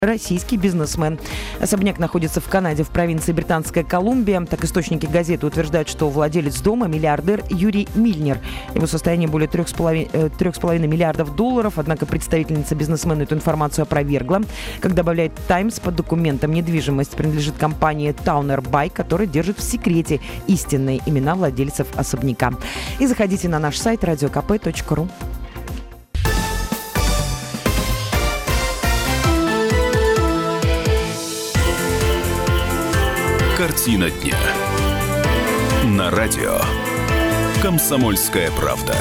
российский бизнесмен. Особняк находится в Канаде, в провинции Британская Колумбия. Так, источники газеты утверждают, что владелец дома – миллиардер Юрий Мильнер. Его состояние более 3,5 миллиардов долларов. Однако представительница бизнесмена эту информацию опровергла. Как добавляет «Таймс», по документам недвижимость принадлежит компании Towner Buy, которая держит в секрете истинные имена владельцев особняка. И заходите на наш сайт radiokp.ru. Картина дня. На радио «Комсомольская правда».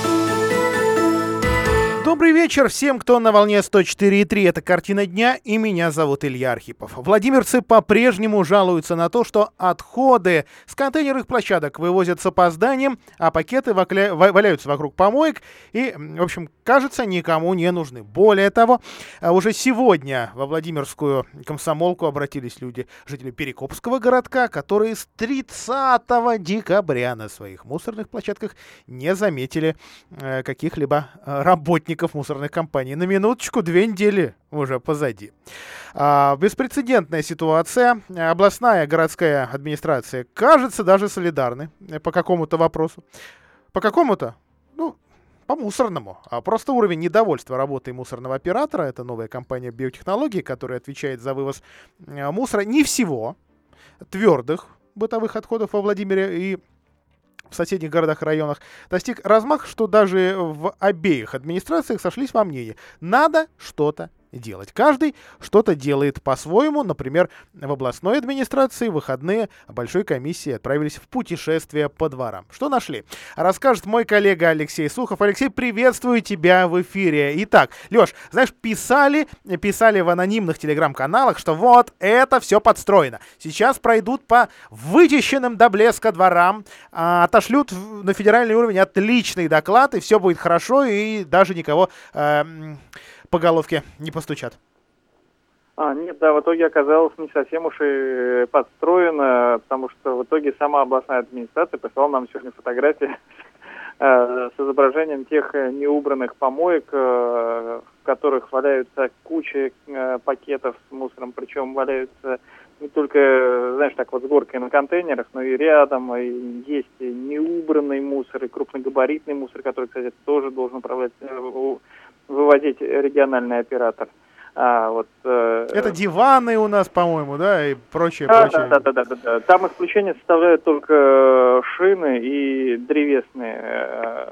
Добрый вечер всем, кто на волне 104,3. Это «Картина дня», и меня зовут Илья Архипов. Владимирцы по-прежнему жалуются на то, что отходы с контейнерных площадок вывозят с опозданием, а пакеты валяются вокруг помоек и, в общем, кажется, никому не нужны. Более того, уже сегодня во Владимирскую комсомолку обратились жители Перекопского городка, которые с 30 декабря на своих мусорных площадках не заметили каких-либо работников мусорных компаний. На минуточку, 2 недели уже позади. Беспрецедентная ситуация. Областная городская администрация, кажется, даже солидарны по какому-то вопросу. По какому-то? По мусорному. Просто уровень недовольства работой мусорного оператора, это новая компания биотехнологий, которая отвечает за вывоз мусора, не всего твердых бытовых отходов во Владимире и в соседних городах и районах, достиг размаха, что даже в обеих администрациях сошлись во мнении: надо что-то делать. Каждый что-то делает по-своему. Например, в областной администрации в выходные большой комиссии отправились в путешествие по дворам. Что нашли? Расскажет мой коллега Алексей Сухов. Алексей, приветствую тебя в эфире. Итак, Леш, знаешь, писали в анонимных телеграм-каналах, что вот это все подстроено. Сейчас пройдут по вычищенным до блеска дворам, отошлют на федеральный уровень отличный доклад, и все будет хорошо, и даже никого по головке не постучат. Нет, да, в итоге оказалось не совсем уж и подстроено, потому что в итоге сама областная администрация прислала нам сегодня фотографии с изображением тех неубранных помоек, в которых валяются куча пакетов с мусором, причем валяются не только, знаешь, так вот с горкой на контейнерах, но и рядом, и есть и неубранный мусор, и крупногабаритный мусор, который, кстати, тоже должен вывозить региональный оператор. Это диваны у нас, по-моему, да, и прочее. Да. Там исключение составляют только шины и древесные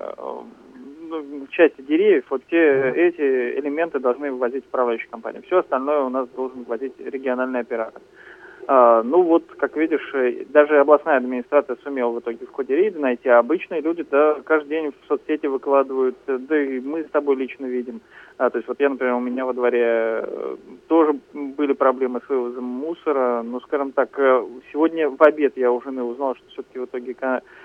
части деревьев. Вот эти элементы должны вывозить управляющая компания. Все остальное у нас должен вывозить региональный оператор. Как видишь, даже областная администрация сумела в итоге в ходе рейда найти, а обычные люди, да, каждый день в соцсети выкладывают, да и мы с тобой лично видим. То есть вот я, например, у меня во дворе тоже были проблемы с вывозом мусора, скажем так, сегодня в обед я у жены узнал, что все-таки в итоге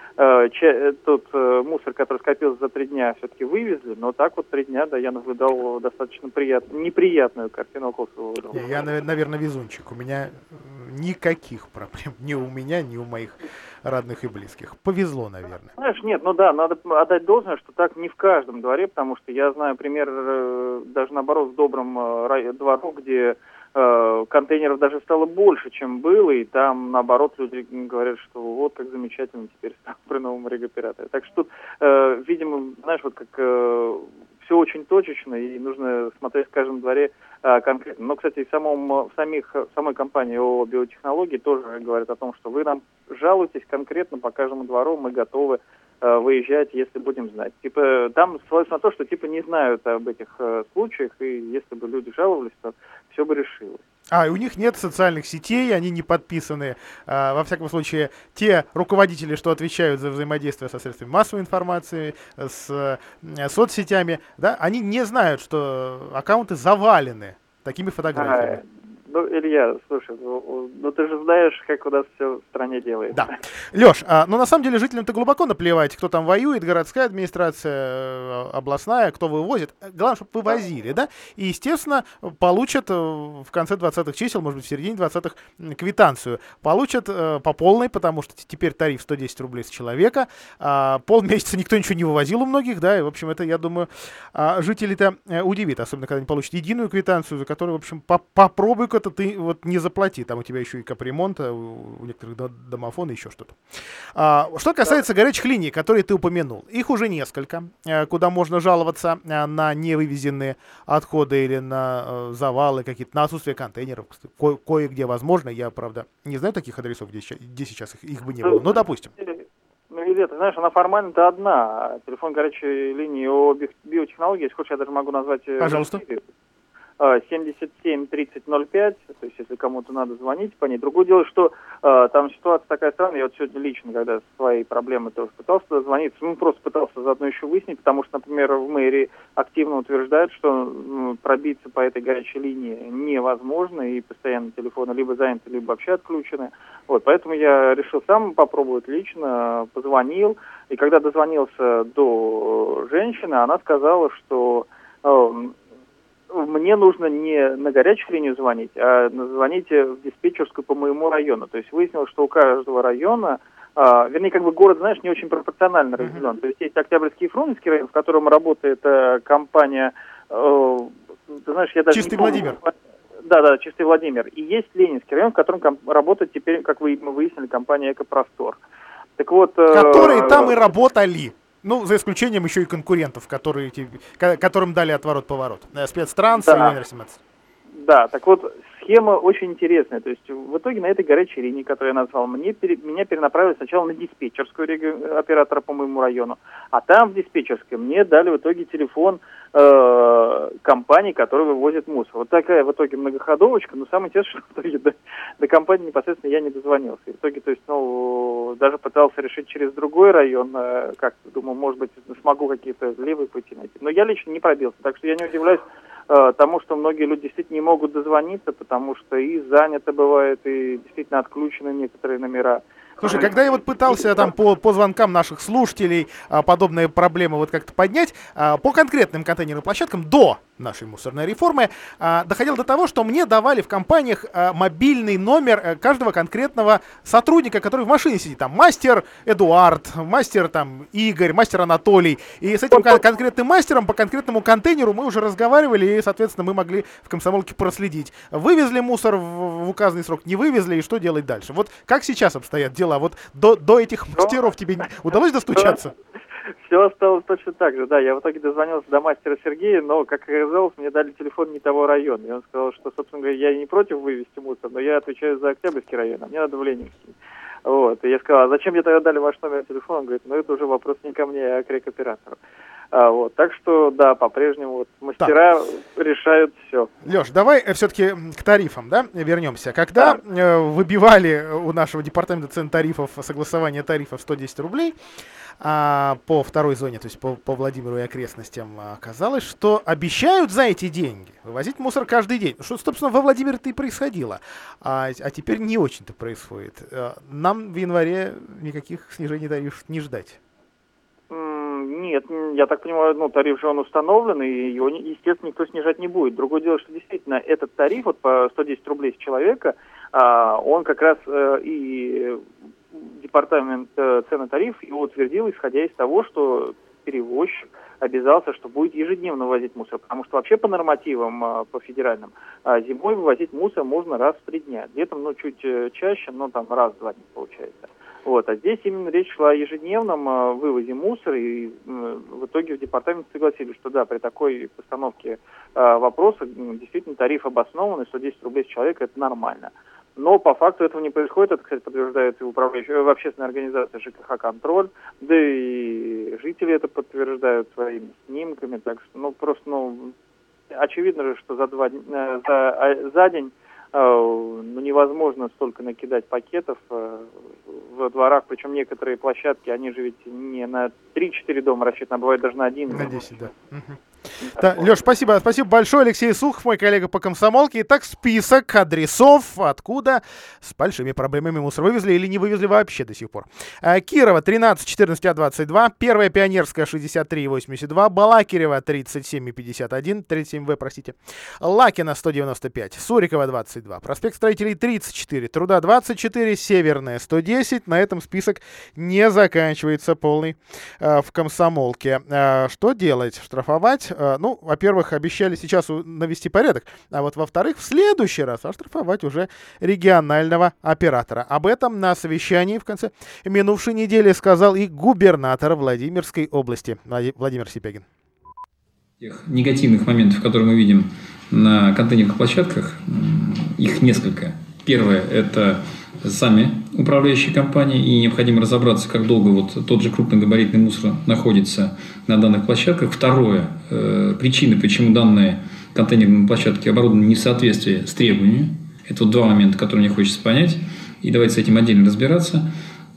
тот мусор, который скопился за 3 дня, все-таки вывезли, но так вот 3 дня, да, я наблюдал достаточно неприятную картину около своего дома. Я, наверное, везунчик. У меня никаких проблем ни у меня, ни у моих родных и близких. Повезло, наверное. Знаешь, нет, надо отдать должное, что так не в каждом дворе, потому что я знаю пример даже наоборот в добром двору, где контейнеров даже стало больше, чем было, и там, наоборот, люди говорят, что вот как замечательно теперь стало при новом регоператоре. Так что тут, видимо, знаешь, вот как все очень точечно, и нужно смотреть в каждом дворе конкретно. Но, кстати, в самой компании ООО «Биотехнологии» тоже говорят о том, что вы нам жалуетесь конкретно по каждому двору, мы готовы выезжать, если будем знать. Там ссылаются на то, что не знают об этих случаях, и если бы люди жаловались, то все бы решилось. И у них нет социальных сетей, они не подписаны. Во всяком случае, те руководители, что отвечают за взаимодействие со средствами массовой информации, с соцсетями, да, они не знают, что аккаунты завалены такими фотографиями. Ну, Илья, слушай, ну ты же знаешь, как у нас все в стране делается. Да. Леш, ну на самом деле жителям-то глубоко наплевать, кто там воюет, городская администрация, областная, кто вывозит. Главное, чтобы вывозили, да? И, естественно, получат в конце 20-х чисел, может быть, в середине 20-х квитанцию. Получат по полной, потому что теперь тариф 110 рублей с человека. Полмесяца никто ничего не вывозил у многих, да, и, в общем, это, я думаю, жителей-то удивит, особенно когда они получат единую квитанцию, за которую, в общем, попробуй-ка ты вот не заплати, там у тебя еще и капремонт, у некоторых домофон и еще что-то. Что касается горячих линий, которые ты упомянул, их уже несколько, куда можно жаловаться на невывезенные отходы или на завалы какие-то, на отсутствие контейнеров, кое-где возможно, я, правда, не знаю таких адресов, где сейчас их бы не было, но допустим. Ну, Илья, ты знаешь, она формально-то одна. Телефон горячей линии о биотехнологии, если хочешь, я даже могу назвать... Пожалуйста. 77-30-05, то есть если кому-то надо звонить по ней. Другое дело, что там ситуация такая странная, я вот сегодня лично, когда свои проблемы тоже пытался туда звониться, просто пытался заодно еще выяснить, потому что, например, в мэрии активно утверждают, что пробиться по этой горячей линии невозможно, и постоянно телефоны либо заняты, либо вообще отключены. Вот, поэтому я решил сам попробовать лично, позвонил, и когда дозвонился до женщины, она сказала, что... мне нужно не на горячую линию звонить, а звонить в диспетчерскую по моему району. То есть выяснилось, что у каждого района, вернее, как бы город, знаешь, не очень пропорционально разделен. То есть есть Октябрьский и Фрунзенский район, в котором работает компания, ты знаешь, я даже Чистый не помню. Владимир. Да, Чистый Владимир. И есть Ленинский район, в котором работает теперь, как мы выяснили, компания «Экопростор». Так вот... Которые там и работали. Ну, за исключением еще и конкурентов, которым дали отворот-поворот. Спецтранс и УНР-17. Да, так вот, схема очень интересная. То есть в итоге на этой горячей линии, которую я назвал, меня перенаправили сначала на диспетчерскую оператора по моему району, а там в диспетчерской мне дали в итоге телефон компании, которая вывозит мусор. Вот такая в итоге многоходовочка, но самое интересное, что в итоге до компании непосредственно я не дозвонился. И в итоге, то есть, даже пытался решить через другой район, как-то думал, может быть, смогу какие-то левые пути найти. Но я лично не пробился, так что я не удивляюсь тому, что многие люди действительно не могут дозвониться, потому что и занято бывает, и действительно отключены некоторые номера. Слушай, когда я вот пытался там по звонкам наших слушателей подобные проблемы вот как-то поднять, по конкретным контейнерным площадкам до нашей мусорной реформы доходило до того, что мне давали в компаниях мобильный номер каждого конкретного сотрудника, который в машине сидит. Там мастер Эдуард, мастер там Игорь, мастер Анатолий. И с этим конкретным мастером по конкретному контейнеру мы уже разговаривали, и, соответственно, мы могли в «Комсомолке» проследить. Вывезли мусор в указанный срок, не вывезли, и что делать дальше. Вот как сейчас обстоят дела? Вот до этих мастеров тебе удалось достучаться? Все осталось точно так же, да. Я в итоге дозвонился до мастера Сергея, но, как оказалось, мне дали телефон не того района. И он сказал, что, собственно говоря, я не против вывезти мусор, но я отвечаю за Октябрьский район, а мне надо в Ленинский. Вот. И я сказал, а зачем мне тогда дали ваш номер телефона? Он говорит, это уже вопрос не ко мне, а к рекоператору. Вот. Так что, да, по-прежнему вот мастера решают все. Леш, давай все-таки к тарифам, да, вернемся. Когда выбивали у нашего департамента цен тарифов согласование тарифов 110 рублей по второй зоне, то есть по Владимиру и окрестностям, оказалось, что обещают за эти деньги вывозить мусор каждый день. Что, собственно, во Владимире-то и происходило. А теперь не очень-то происходит. Нам в январе никаких снижений тарифов не ждать. Нет, я так понимаю, тариф же он установлен, и его, естественно, никто снижать не будет. Другое дело, что действительно этот тариф вот по 110 рублей с человека, он как раз и департамент цен и тариф его утвердил, исходя из того, что перевозчик обязался, что будет ежедневно вывозить мусор, потому что вообще по нормативам, по федеральным, зимой вывозить мусор можно раз в 3 дня. Летом, чуть чаще, там раз в 2 дня получается. Вот, а здесь именно речь шла о ежедневном вывозе мусора, и в итоге в департаменте согласились, что да, при такой постановке вопроса действительно тариф обоснованный, 110 рублей с человека, это нормально. Но по факту этого не происходит, это, кстати, подтверждает и управляющая в общественной организации ЖКХ «Контроль», да и жители это подтверждают своими снимками, так что, просто, очевидно же, что за день невозможно столько накидать пакетов во дворах, причем некоторые площадки, они же ведь не на 3-4 дома рассчитаны, а бывает даже на 1. На 10, да. Да, Леш, спасибо большое. Алексей Сухов, мой коллега по комсомолке. Итак, список адресов, откуда с большими проблемами мусор вывезли или не вывезли вообще до сих пор. Кирова 13-14А-22, Первая Пионерская 63-82, Балакирева 37-51, 37В, простите, Лакина 195, Сурикова 22, Проспект Строителей 34, Труда 24, Северная 110. На этом список не заканчивается полный в комсомолке. Что делать? Штрафовать? Ну, во-первых, обещали сейчас навести порядок, а вот во-вторых, в следующий раз оштрафовать уже регионального оператора. Об этом на совещании в конце минувшей недели сказал и губернатор Владимирской области Владимир Сипягин. Тех негативных моментов, которые мы видим на контейнерных площадках, их несколько. Первое – это сами управляющие компании, и необходимо разобраться, как долго вот тот же крупногабаритный мусор находится на данных площадках. Второе – причины, почему данные контейнерные площадки оборудованы не в соответствии с требованиями. Это вот два момента, которые мне хочется понять, и давайте с этим отдельно разбираться.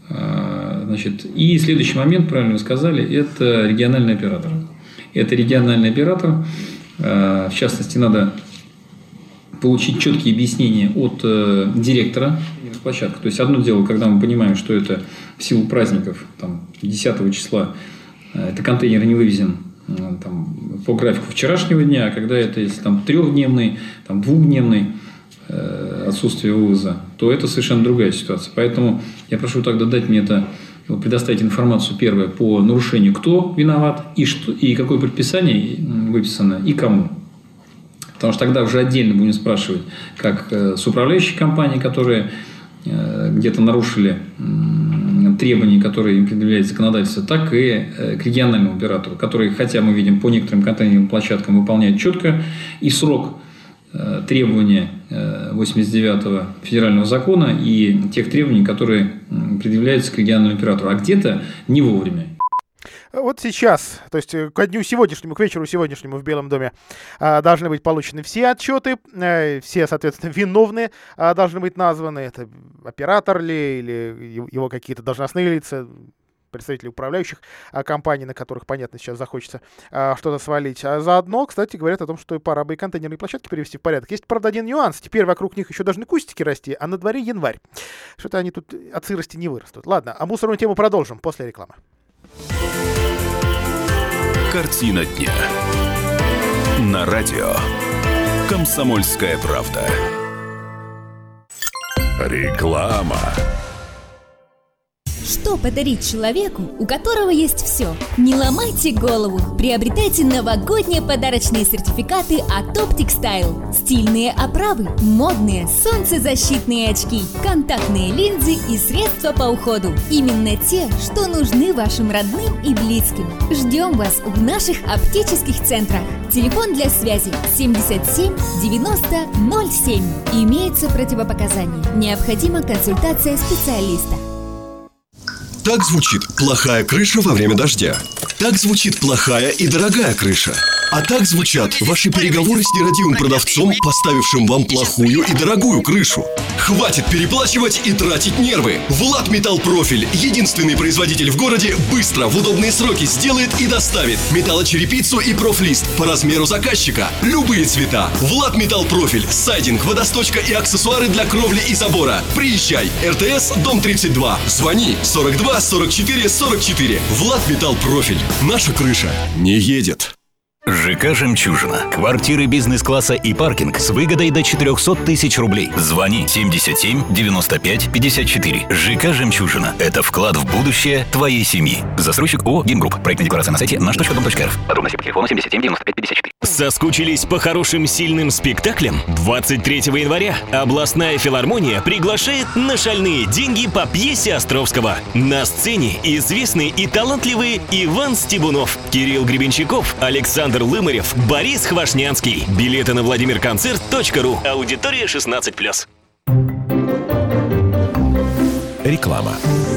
Значит, и следующий момент, правильно вы сказали, это региональный оператор. Это региональный оператор, в частности, надо получить четкие объяснения от директора площадки. То есть одно дело, когда мы понимаем, что это в силу праздников, там, 10 числа, это контейнер не вывезен там, по графику вчерашнего дня, а когда это если там трехдневный, там, двухдневный отсутствие вывоза, то это совершенно другая ситуация. Поэтому я прошу тогда дать мне это, предоставить информацию, первое, по нарушению, кто виноват, и какое предписание выписано, и кому. Потому что тогда уже отдельно будем спрашивать, как с управляющей компанией, которые где-то нарушили требования, которые им предъявляет законодательство, так и к региональному оператору, который, хотя мы видим по некоторым контейнерным площадкам, выполняет четко и срок требования 89-го федерального закона и тех требований, которые предъявляются к региональному оператору, а где-то не вовремя. Вот сейчас, то есть к дню сегодняшнему, к вечеру сегодняшнему в Белом доме должны быть получены все отчеты, все, соответственно, виновные должны быть названы. Это оператор ли, или его какие-то должностные лица, представители управляющих компаний, на которых, понятно, сейчас захочется что-то свалить. А заодно, кстати, говорят о том, что пора бы и контейнерные площадки привести в порядок. Есть, правда, один нюанс. Теперь вокруг них еще должны кустики расти, а на дворе январь. Что-то они тут от сырости не вырастут. Ладно, а мусорную тему продолжим после рекламы. Картина дня. На радио «Комсомольская правда». Реклама. Что подарить человеку, у которого есть все? Не ломайте голову! Приобретайте новогодние подарочные сертификаты от Optic Style. Стильные оправы, модные, солнцезащитные очки, контактные линзы и средства по уходу. Именно те, что нужны вашим родным и близким. Ждем вас в наших оптических центрах. Телефон для связи 77 90 07. Имеются противопоказания. Необходима консультация специалиста. Так звучит плохая крыша во время дождя. Так звучит плохая и дорогая крыша. А так звучат ваши переговоры с нерадивым продавцом, поставившим вам плохую и дорогую крышу. Хватит переплачивать и тратить нервы. Влад Металл Профиль, единственный производитель в городе, быстро, в удобные сроки сделает и доставит металлочерепицу и профлист по размеру заказчика. Любые цвета. Влад Металл Профиль, сайдинг, водосточка и аксессуары для кровли и забора. Приезжай. РТС, дом 32. Звони 42 44 44. Влад Металл Профиль. Наша крыша не едет. ЖК «Жемчужина». Квартиры бизнес-класса и паркинг с выгодой до 400 тысяч рублей. Звони 77 95 54. ЖК «Жемчужина». Это вклад в будущее твоей семьи. Застройщик ООО «Гимгрупп». Проектная декларация на сайте наш.дом.рф. Подробности по телефону 77 95 54. Соскучились по хорошим сильным спектаклям? 23 января областная филармония приглашает на шальные деньги по пьесе Островского. На сцене известный и талантливый Иван Стебунов, Кирилл Гребенщиков, Александр Лымарев, Борис Хвашнянский. Билеты на vladimirconcert.ru. Аудитория 16+. Реклама.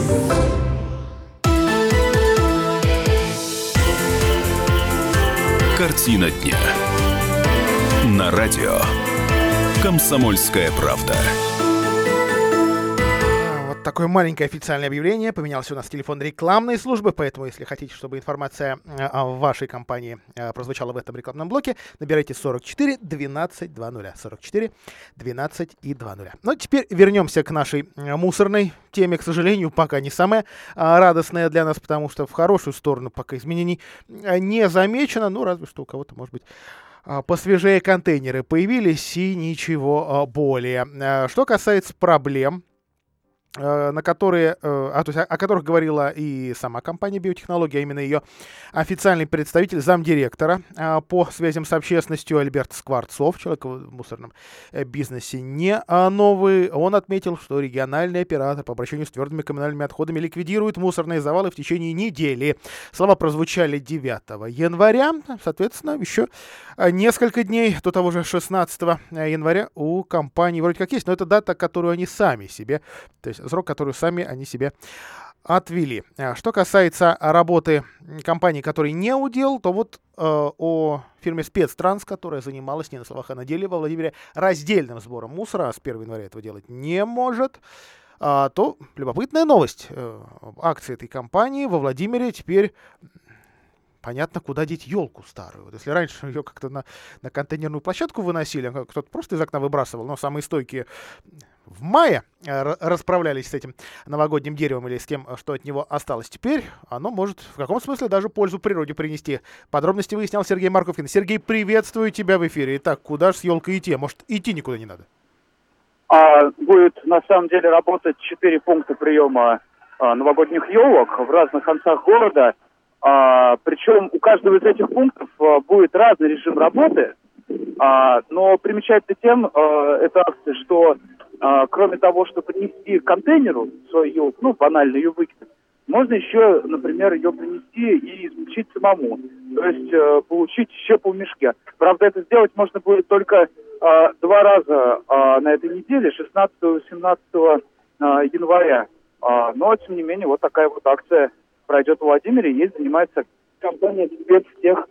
Картина дня. На радио «Комсомольская правда». Такое маленькое официальное объявление. Поменялся у нас телефон рекламной службы, поэтому, если хотите, чтобы информация о вашей компании прозвучала в этом рекламном блоке, набирайте 44 12 20. 44 12 и 20. Ну, теперь вернемся к нашей мусорной теме. К сожалению, пока не самая радостная для нас, потому что в хорошую сторону пока изменений не замечено. Ну, разве что у кого-то, может быть, посвежее контейнеры появились и ничего более. Что касается проблем, на которые, то есть о которых говорила и сама компания «Биотехнология», а именно ее официальный представитель, замдиректора по связям с общественностью Альберт Скворцов, человек в мусорном бизнесе не новый. Он отметил, что региональный оператор по обращению с твердыми коммунальными отходами ликвидирует мусорные завалы в течение недели. Слова прозвучали 9 января, соответственно, еще несколько дней до того же 16 января у компании вроде как есть, но это дата, которую они сами себе, то есть срок, который сами они себе отвели. Что касается работы компании, которой не удел, то вот о фирме «Спецтранс», которая занималась не на словах, а на деле во Владимире раздельным сбором мусора, а с 1 января этого делать не может, то любопытная новость. Акции этой компании во Владимире теперь... Понятно, куда деть елку старую. Вот если раньше ее как-то на контейнерную площадку выносили, кто-то просто из окна выбрасывал, но самые стойкие в мае расправлялись с этим новогодним деревом или с тем, что от него осталось. Теперь оно может в каком смысле даже пользу природе принести. Подробности выяснял Сергей Марковкин. Сергей, приветствую тебя в эфире. Итак, куда же с елкой идти? Может, идти никуда не надо? Будет на самом деле работать 4 пункта приема новогодних елок в разных концах города. Причем у каждого из этих пунктов будет разный режим работы, но примечательно тем эта акция, что кроме того, чтобы принести к контейнеру свою елку, банально ее выкинуть, можно еще, например, ее принести и измельчить самому, то есть получить еще полмешка. Правда, это сделать можно будет только 2 раза на этой неделе, 16 и 18 января, но, тем не менее, вот такая вот акция пройдет в Владимире, ей занимается компания «Спецтех».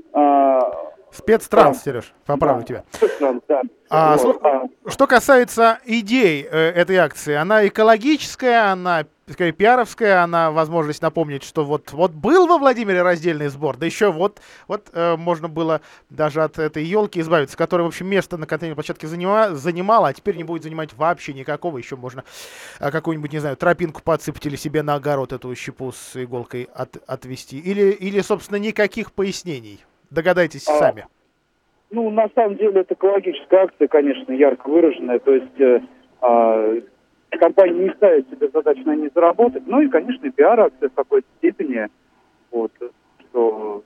«Спецтранс», Сереж, поправлю тебя. «Спецтранс», да. Что касается идей этой акции, она экологическая, она, скорее, пиаровская, она возможность напомнить, что вот был во Владимире раздельный сбор, да еще можно было даже от этой елки избавиться, которая, в общем, место на контейнерной площадке занимала, а теперь не будет занимать вообще никакого, еще можно какую-нибудь, не знаю, тропинку подсыпать или себе на огород эту щепу с иголкой отвести, или, собственно, никаких пояснений. Догадайтесь сами. На самом деле, это экологическая акция, конечно, ярко выраженная. То есть компания не ставит себе задачу на ней заработать. Ну и, конечно, пиар-акция в какой-то степени. Вот, что,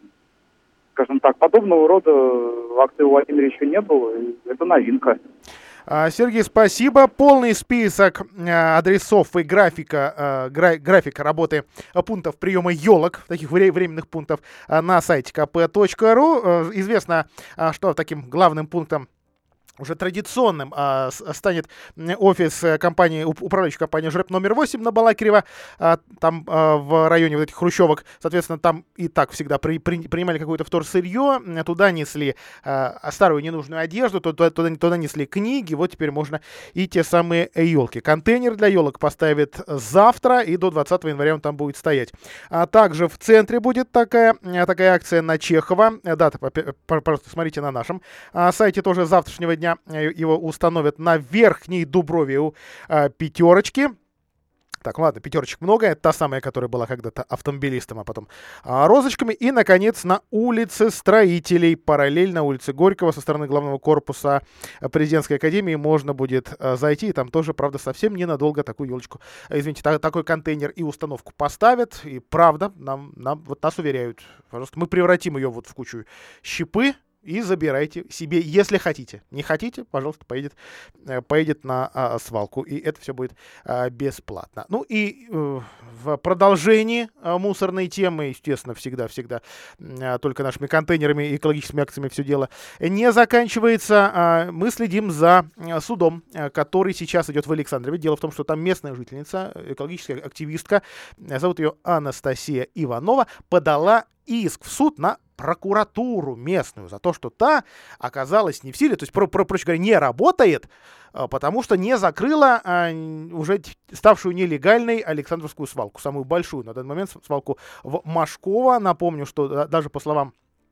скажем так, подобного рода акции в Владимире еще не было. И это новинка. Сергей, спасибо. Полный список адресов и графика работы пунктов приема елок, таких временных пунктов, на сайте kp.ru. Известно, что таким главным пунктом уже традиционным станет офис управляющей компании ЖРЭП номер 8 на Балакирева, там в районе вот этих хрущевок. Соответственно, там и так всегда принимали какое-то вторсырье, туда несли старую ненужную одежду, туда несли книги, вот теперь можно и те самые елки. Контейнер для елок поставят завтра, и до 20 января он там будет стоять. Также в центре будет такая акция на Чехова. Дата, просто смотрите на нашем сайте, тоже с завтрашнего дня его установят на Верхней Дуброве у «Пятерочки». Так, ладно, «Пятерочек» много. Это та самая, которая была когда-то автомобилистом, а потом розочками. И, наконец, на улице Строителей, параллельно улице Горького, со стороны главного корпуса Президентской академии, можно будет зайти. И там тоже, правда, совсем ненадолго такую елочку, извините, такой контейнер и установку поставят. И правда, нас уверяют, пожалуйста, мы превратим ее вот в кучу щепы, и забирайте себе, если хотите. Не хотите, пожалуйста, поедет на свалку. И это все будет бесплатно. Ну и в продолжении мусорной темы, естественно, всегда только нашими контейнерами и экологическими акциями все дело не заканчивается. Мы следим за судом, который сейчас идет в Александрове. Дело в том, что там местная жительница, экологическая активистка, зовут ее Анастасия Иванова, подала иск в суд на прокуратуру местную за то, что та оказалась не в силе, то есть, проще говоря, не работает, потому что не закрыла уже ставшую нелегальной Александровскую свалку, самую большую на данный момент свалку в Машково. Напомню, что даже по словам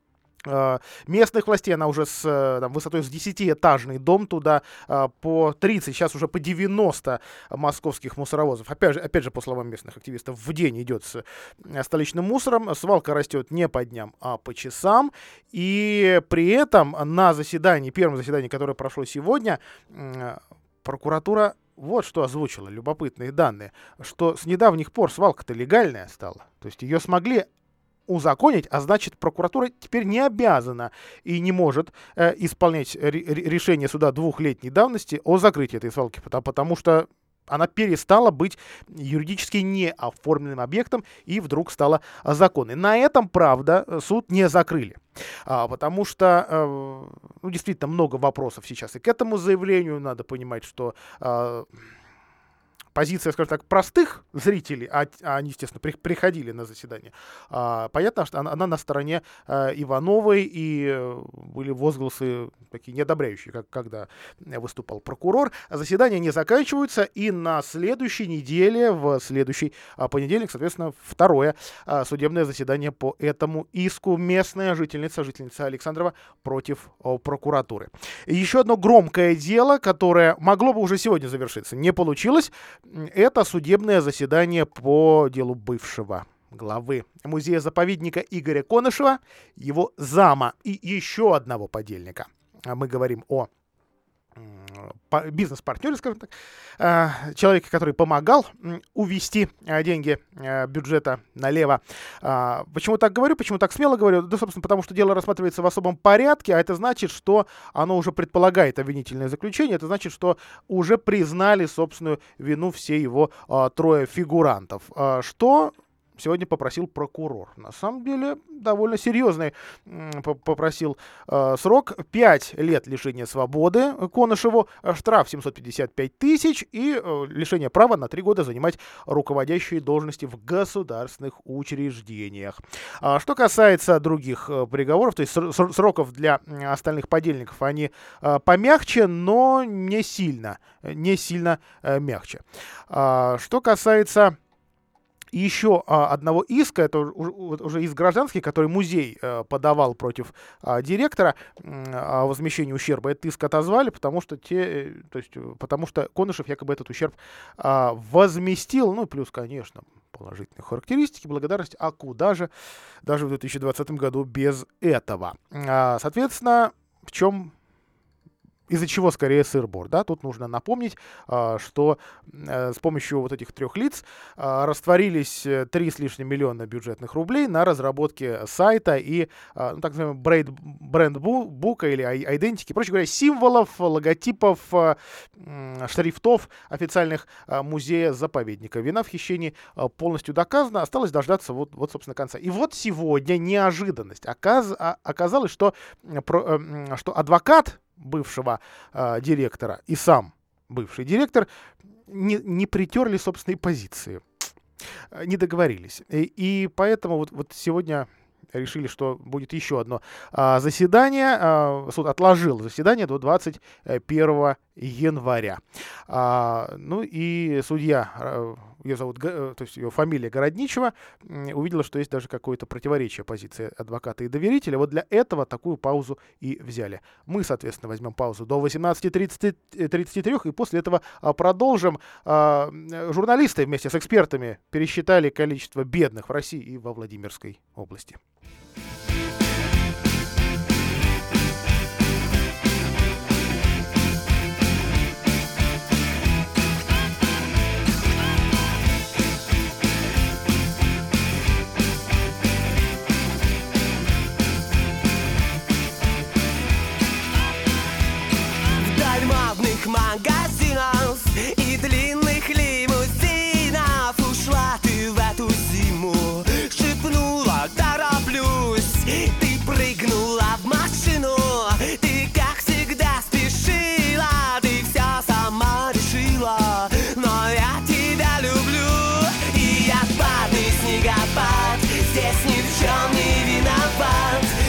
местных властей, она уже с высотой с 10-этажный дом, туда по 30, сейчас уже по 90 московских мусоровозов. Опять же, по словам местных активистов, в день идет с столичным мусором. Свалка растет не по дням, а по часам. И при этом на первом заседании, которое прошло сегодня, прокуратура вот что озвучила, любопытные данные, что с недавних пор свалка-то легальная стала. То есть ее смогли узаконить, а значит, прокуратура теперь не обязана и не может исполнять решение суда 2-летней давности о закрытии этой свалки, потому что она перестала быть юридически неоформленным объектом и вдруг стала законной. На этом, правда, суд не закрыли, потому что действительно много вопросов сейчас и к этому заявлению. Надо понимать, что позиция, скажем так, простых зрителей, а они, естественно, приходили на заседание, понятно, что она на стороне Ивановой, и были возгласы такие неодобряющие, когда выступал прокурор. Заседания не заканчиваются, и на следующей неделе, в следующий понедельник, соответственно, второе судебное заседание по этому иску. Местная жительница Александрова против прокуратуры. Еще одно громкое дело, которое могло бы уже сегодня завершиться, не получилось. Это судебное заседание по делу бывшего главы музея-заповедника Игоря Конышева, его зама и еще одного подельника. Мы говорим о бизнес-партнере, скажем так, человеке, который помогал увести деньги бюджета налево. Почему так говорю, почему так смело говорю? Да, собственно, потому что дело рассматривается в особом порядке, а это значит, что оно уже предполагает обвинительное заключение, это значит, что уже признали собственную вину все его трое фигурантов. Что сегодня попросил прокурор. На самом деле, довольно серьезный попросил срок. 5 лет лишения свободы Конышеву, штраф 755 тысяч и лишение права на 3 года занимать руководящие должности в государственных учреждениях. Что касается других приговоров, то есть сроков для остальных подельников, они помягче, но не сильно мягче. Что касается еще одного иска, это уже иск гражданский, который музей подавал против директора о возмещении ущерба. Этот иск отозвали, потому что Конышев якобы этот ущерб возместил, ну плюс, конечно, положительные характеристики, благодарность, а куда же даже в 2020 году без этого. Соответственно, из-за чего скорее сыр-бор, да? Тут нужно напомнить, что с помощью вот этих 3 лиц растворились 3 с лишним миллиона бюджетных рублей на разработке сайта и так называемого бренд-бука или айдентики, проще говоря, символов, логотипов, шрифтов официальных музея-заповедника. Вина в хищении полностью доказана, осталось дождаться вот собственно, конца. И вот сегодня неожиданность. Оказалось, что адвокат бывшего директора и сам бывший директор не притерли собственные позиции, не договорились. И поэтому вот сегодня решили, что будет еще одно заседание. Суд отложил заседание до 21 января. Ну и судья, ее зовут, то есть ее фамилия Городничева, увидела, что есть даже какое-то противоречие позиции адвоката и доверителя. Вот для этого такую паузу и взяли. Мы, соответственно, возьмем паузу до 18:33 и после этого продолжим. Журналисты вместе с экспертами пересчитали количество бедных в России и во Владимирской области. Магазинов и длинных лимузинов ушла ты в эту зиму, шепнула «тороплюсь», ты прыгнула в машину, ты как всегда спешила, ты все сама решила, но я тебя люблю, и отпадный снегопад здесь ни в чем не виноват.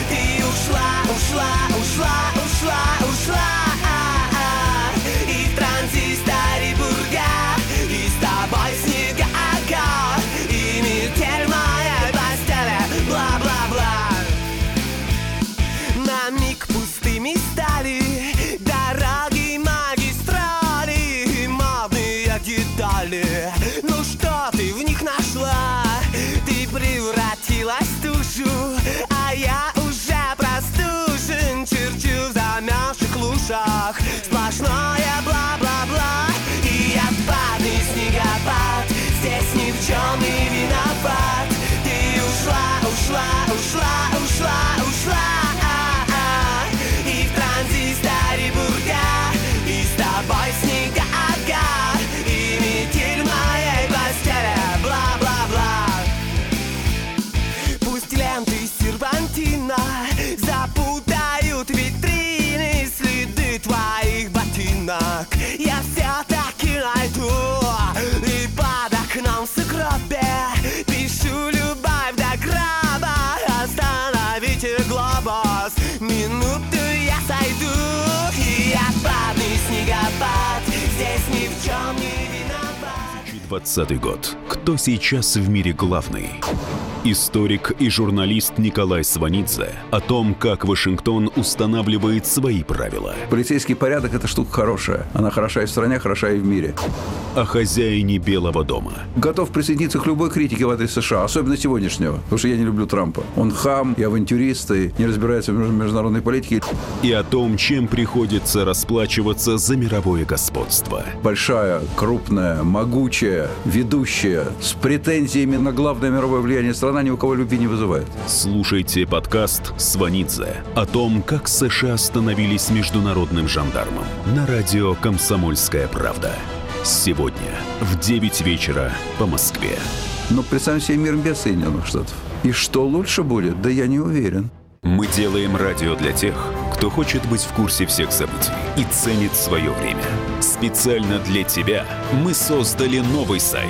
звонок я все-таки найду. И под окном сугробе пишу любовь до гроба. Остановите глобус, минуту я сойду. И отпадный снегопад здесь ни в чем не виноват. 2020 год. Кто сейчас в мире главный? Историк и журналист Николай Сванидзе о том, как Вашингтон устанавливает свои правила. Полицейский порядок – это штука хорошая. Она хороша и в стране, хороша и в мире. О хозяине Белого дома. Готов присоединиться к любой критике в адрес США, особенно сегодняшнего, потому что я не люблю Трампа. Он хам и авантюрист, и не разбирается в международной политике. И о том, чем приходится расплачиваться за мировое господство. Большая, крупная, могучая, ведущая, с претензиями на главное мировое влияние страна ни у кого любви не вызывает. Слушайте подкаст «Сванидзе» о том, как США становились международным жандармом на радио «Комсомольская правда». Сегодня в 9 вечера по Москве. Но представим себе мир без Соединенных Штатов. И что лучше будет? Да я не уверен. Мы делаем радио для тех, кто хочет быть в курсе всех событий и ценит свое время. Специально для тебя мы создали новый сайт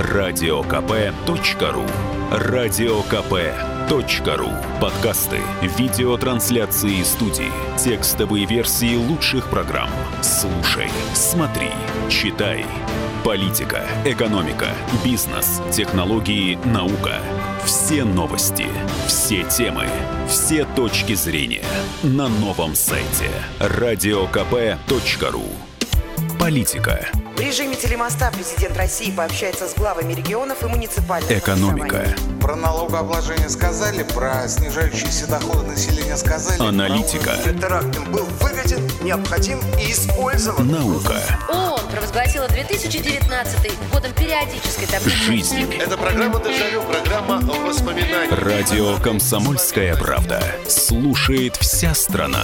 radiokp.ru. radiokp.ru. Подкасты, видеотрансляции студии, текстовые версии лучших программ. Слушай, смотри, читай. Политика, экономика, бизнес, технологии, наука. Все новости, все темы, все точки зрения на новом сайте radiokp.ru. Политика. В режиме телемоста президент России пообщается с главами регионов и муниципальных Экономика. Про налогообложение сказали, про снижающиеся доходы населения сказали. Аналитика. Теракт был выгоден, необходим и использован. Наука. ООН провозгласила 2019 годом периодической таблицы. Жизнь. Это программа «Дежавю», программа воспоминаний. Радио «Комсомольская правда». Слушает вся страна.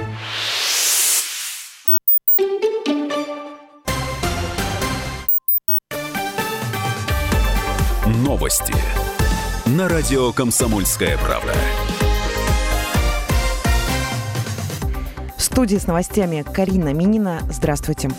Новости на радио «Комсомольская правда». В студии с новостями Карина Минина. Здравствуйте.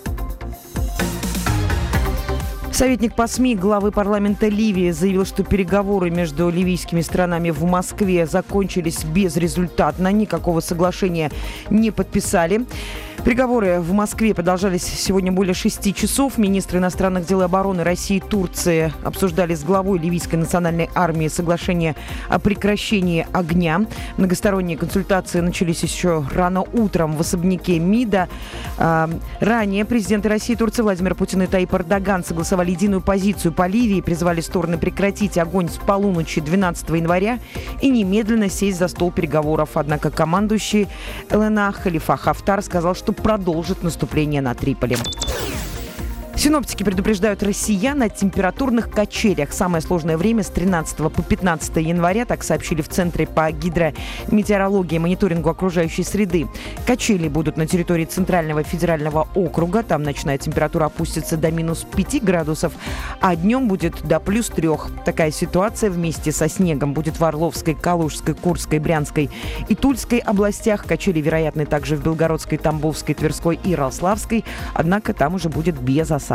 Советник по СМИ главы парламента Ливии заявил, что переговоры между ливийскими странами в Москве закончились безрезультатно. Никакого соглашения не подписали. Переговоры в Москве продолжались сегодня более 6 часов. Министры иностранных дел и обороны России и Турции обсуждали с главой ливийской национальной армии соглашение о прекращении огня. Многосторонние консультации начались еще рано утром в особняке МИДа. Ранее президенты России и Турции Владимир Путин и Таyyip Эрдоган согласовали единую позицию по Ливии, призвали стороны прекратить огонь с полуночи 12 января и немедленно сесть за стол переговоров. Однако командующий ЛНА Халифа Хафтар сказал, что продолжит наступление на Триполи. Синоптики предупреждают россиян о температурных качелях. Самое сложное время с 13 по 15 января, так сообщили в Центре по гидрометеорологии и мониторингу окружающей среды. Качели будут на территории Центрального федерального округа. Там ночная температура опустится до минус 5 градусов, а днем будет до плюс 3. Такая ситуация вместе со снегом будет в Орловской, Калужской, Курской, Брянской и Тульской областях. Качели вероятны также в Белгородской, Тамбовской, Тверской и Ярославской. Однако там уже будет без осадков.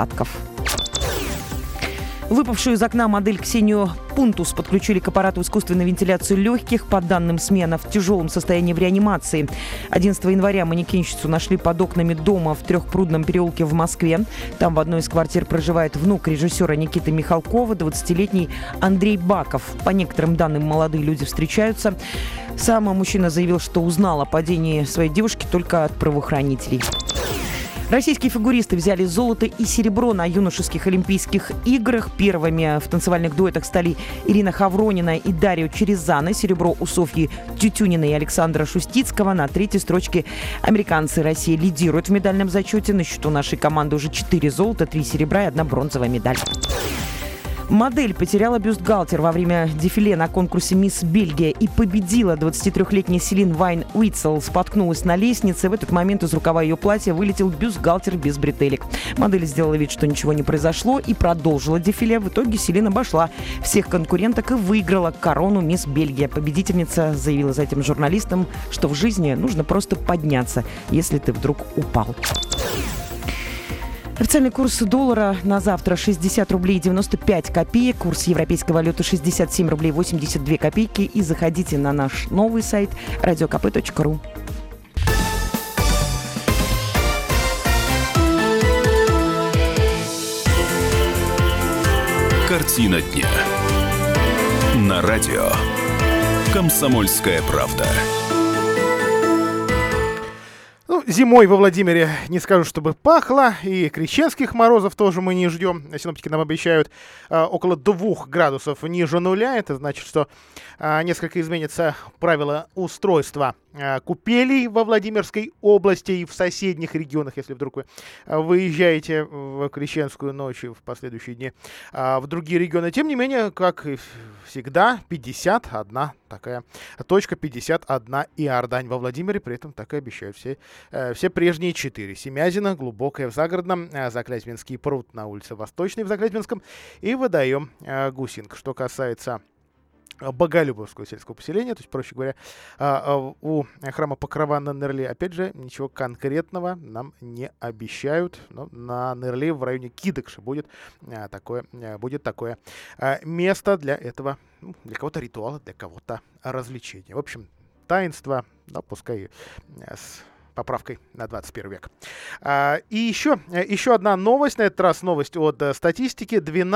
Выпавшую из окна модель Ксению Пунтус подключили к аппарату искусственной вентиляции легких. По данным СМИ, она в тяжелом состоянии в реанимации. 11 января манекенщицу нашли под окнами дома в Трехпрудном переулке в Москве. Там в одной из квартир проживает внук режиссера Никиты Михалкова, 20-летний Андрей Баков. По некоторым данным, молодые люди встречаются. Сам мужчина заявил, что узнал о падении своей девушки только от правоохранителей. Российские фигуристы взяли золото и серебро на юношеских Олимпийских играх. Первыми в танцевальных дуэтах стали Ирина Хавронина и Дарио Черезана. Серебро у Софьи Тютюниной и Александра Шустицкого. На третьей строчке американцы. Россия лидирует в медальном зачете. На счету нашей команды уже 4 золота, 3 серебра и 1 бронзовая медаль. Модель потеряла бюстгальтер во время дефиле на конкурсе «Мисс Бельгия» и победила. 23-летняя Селин Вайн Уитсел споткнулась на лестнице. В этот момент из рукава ее платья вылетел бюстгальтер без бретелек. Модель сделала вид, что ничего не произошло, и продолжила дефиле. В итоге Селин обошла всех конкуренток и выиграла корону «Мисс Бельгия». Победительница заявила затем журналистам, что в жизни нужно просто подняться, если ты вдруг упал. Официальный курс доллара на завтра 60 рублей 95 копеек. Курс европейской валюты 67 рублей 82 копейки. И заходите на наш новый сайт radiokp.ru. Картина дня. На радио «Комсомольская правда». Ну, зимой во Владимире не скажу, чтобы пахло, и крещенских морозов тоже мы не ждем. Синоптики нам обещают около 2 градусов ниже нуля. Это значит, что несколько изменится правила устройства купелей во Владимирской области и в соседних регионах, если вдруг вы выезжаете в Крещенскую ночь и в последующие дни в другие регионы. Тем не менее, как и всегда, 51 такая точка, 51 Иордань во Владимире. При этом так и обещают все прежние 4. Семязино, Глубокое в Загородном, Заклятьвинский пруд на улице Восточной в Заклятьвинском и водоем Гусинг. Что касается Боголюбовского сельского поселения, то есть, проще говоря, у храма Покрова на Нерле, опять же, ничего конкретного нам не обещают, но на Нерле в районе Кидыкши будет такое место для этого, для кого-то ритуала, для кого-то развлечения. В общем, таинство, да, пускай с поправкой на 21 век. И еще одна новость, на этот раз новость от статистики.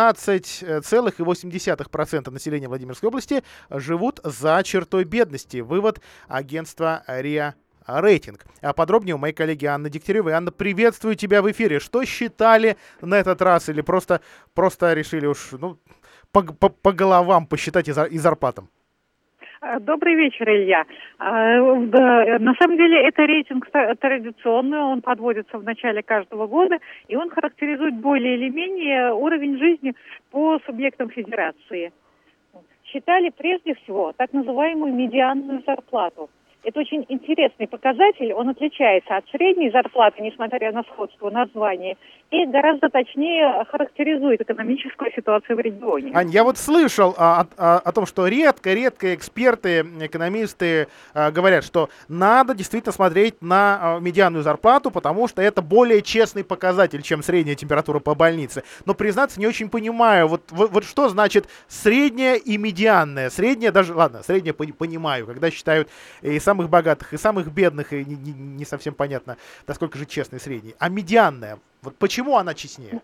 12,8% населения Владимирской области живут за чертой бедности. Вывод агентства РИА Рейтинг. А подробнее у моей коллеги Анны Дегтяревой. Анна, приветствую тебя в эфире. Что считали на этот раз или просто решили уж по головам посчитать и зарплатам? Добрый вечер, Илья. На самом деле это рейтинг традиционный, он подводится в начале каждого года, и он характеризует более или менее уровень жизни по субъектам федерации. Считали прежде всего так называемую медианную зарплату. Это очень интересный показатель, он отличается от средней зарплаты, несмотря на сходство названия, и гораздо точнее характеризует экономическую ситуацию в регионе. Ань, я вот слышал о том, что редко эксперты, экономисты говорят, что надо действительно смотреть на медианную зарплату, потому что это более честный показатель, чем средняя температура по больнице. Но, признаться, не очень понимаю, вот что значит средняя и медианная. Средняя даже, ладно, средняя понимаю, когда считают и самых богатых, и самых бедных, и не совсем понятно, насколько же честный средний. А медианная, вот почему она честнее?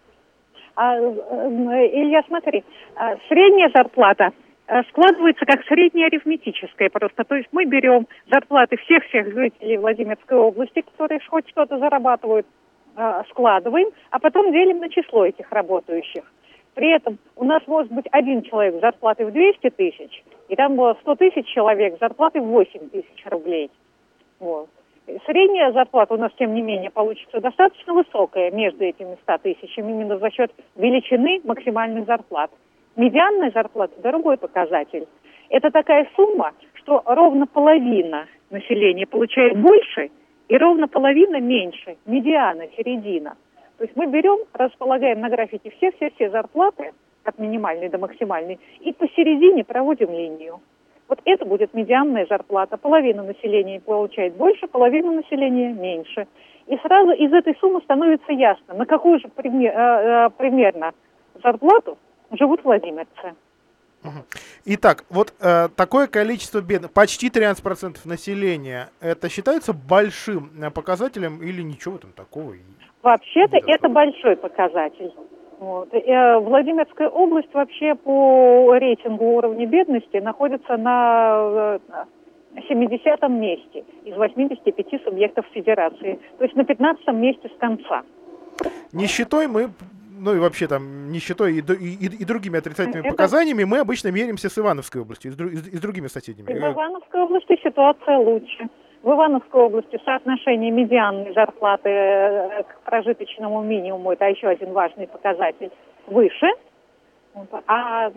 Илья, смотри, средняя зарплата складывается как средняя арифметическая просто. То есть мы берем зарплаты всех жителей Владимирской области, которые хоть что-то зарабатывают, складываем, а потом делим на число этих работающих. При этом у нас может быть один человек с зарплатой в 200 тысяч, и там было 100 тысяч человек с зарплатой в 8 тысяч рублей. Вот. Средняя зарплата у нас, тем не менее, получится достаточно высокая между этими 100 тысячами, именно за счет величины максимальных зарплат. Медианная зарплата – другой показатель. Это такая сумма, что ровно половина населения получает больше, и ровно половина меньше. Медиана, середина. То есть мы берем, располагаем на графике все зарплаты, от минимальной до максимальной, и посередине проводим линию. Вот это будет медианная зарплата. Половина населения получает больше, половина населения меньше. И сразу из этой суммы становится ясно, на какую же примерно зарплату живут владимирцы. Итак, вот такое количество бедных, почти 13% населения, это считается большим показателем или ничего там такого? Вообще-то это большой показатель. Вот. Владимирская область вообще по рейтингу уровня бедности находится на 70-м месте из 85 субъектов федерации. То есть на 15-м месте с конца. Нищетой мы, ну и вообще там нищетой и другими отрицательными показаниями мы обычно меряемся с Ивановской областью и с другими соседями. В Ивановской области ситуация лучше. В Ивановской области соотношение медианной зарплаты к прожиточному минимуму, это еще один важный показатель, выше. А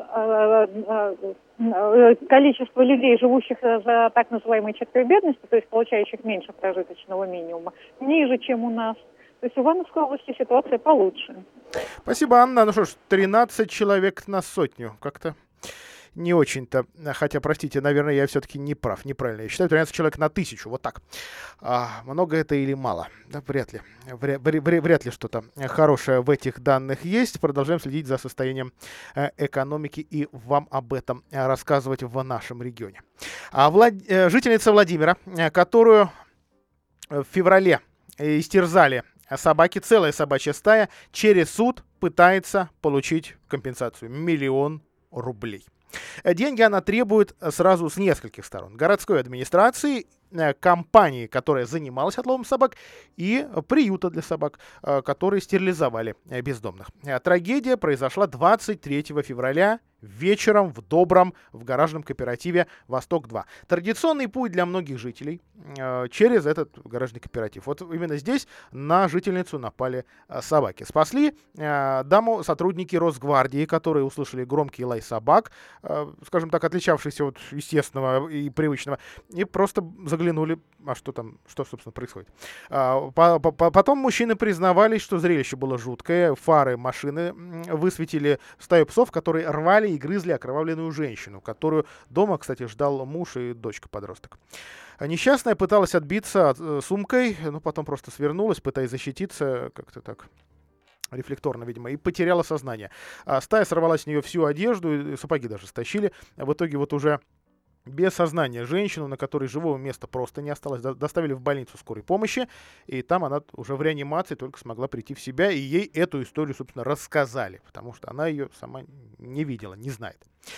количество людей, живущих за так называемой чертой бедности, то есть получающих меньше прожиточного минимума, ниже, чем у нас. То есть в Ивановской области ситуация получше. Спасибо, Анна. Ну что ж, 13 человек на сотню. Как-то не очень-то, хотя, простите, наверное, я все-таки не прав, неправильно. Я считаю, 13 человек на 1000, вот так. Много это или мало? Да, вряд ли. Вряд ли что-то хорошее в этих данных есть. Продолжаем следить за состоянием экономики и вам об этом рассказывать в нашем регионе. Жительница Владимира, которую в феврале истерзали собаки, целая собачья стая, через суд пытается получить компенсацию. 1 000 000 рублей. Деньги она требует сразу с нескольких сторон. Городской администрации, компании, которая занималась отловом собак, и приюта для собак, которые стерилизовали бездомных. Трагедия произошла 23 февраля вечером в Добром, в гаражном кооперативе «Восток-2». Традиционный путь для многих жителей через этот гаражный кооператив. Вот именно здесь на жительницу напали собаки. Спасли даму сотрудники Росгвардии, которые услышали громкий лай собак, скажем так, отличавшийся от естественного и привычного, и просто заглянули, что собственно, происходит. Потом мужчины признавались, что зрелище было жуткое. Фары машины высветили стаю псов, которые рвали и грызли окровавленную женщину, которую дома, кстати, ждал муж и дочка-подросток. Несчастная пыталась отбиться сумкой, но потом просто свернулась, пытаясь защититься, как-то так рефлекторно, видимо, и потеряла сознание. Стая сорвала с нее всю одежду, и сапоги даже стащили. В итоге вот уже без сознания женщину, на которой живого места просто не осталось, доставили в больницу скорой помощи, и там она уже в реанимации только смогла прийти в себя, и ей эту историю, собственно, рассказали, потому что она ее сама не видела, не знает.